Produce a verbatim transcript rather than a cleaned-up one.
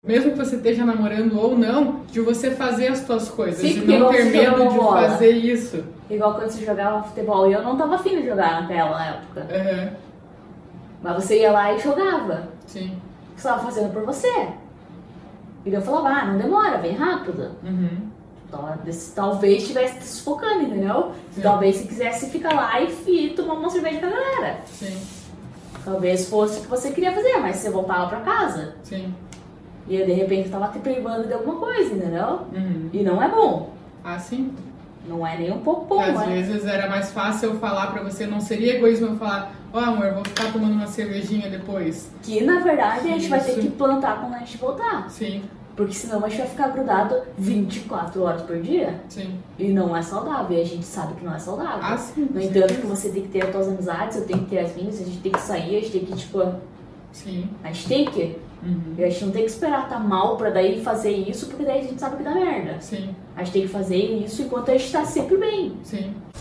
Mesmo que você esteja namorando ou não, de você fazer as suas coisas. Sim, e não ter medo de bola. fazer isso. Igual quando você jogava futebol. E eu não tava afim de jogar naquela época. Uhum. Mas você ia lá e jogava. Sim. Você tava fazendo por você. E eu falava, ah, não demora, vem rápido. Uhum. Talvez estivesse te sufocando, entendeu? Sim. Talvez você quisesse ficar lá e, e tomar uma cerveja com a galera. Sim. Talvez fosse o que você queria fazer, mas você voltava pra casa. Sim. E de repente tava te privando de alguma coisa, entendeu? Uhum. E não é bom. Ah, sim? Não é nem um pouco bom, Porque às né? vezes era mais fácil eu falar pra você, não seria egoísmo eu falar, ó, oh, amor, vou ficar tomando uma cervejinha depois. Que na verdade a gente Isso. vai ter que plantar quando a gente voltar. Sim. Porque senão a gente vai ficar grudado vinte e quatro horas por dia. Sim. E não é saudável. E a gente sabe que não é saudável. Ah, sim. No entanto, que você tem que ter as suas amizades, eu tenho que ter as minhas, a gente tem que sair, a gente tem que, tipo... Sim. A gente tem que... Uhum. E a gente não tem que esperar tá mal pra daí fazer isso, porque daí a gente sabe que dá merda. Sim. A gente tem que fazer isso enquanto a gente tá sempre bem. Sim.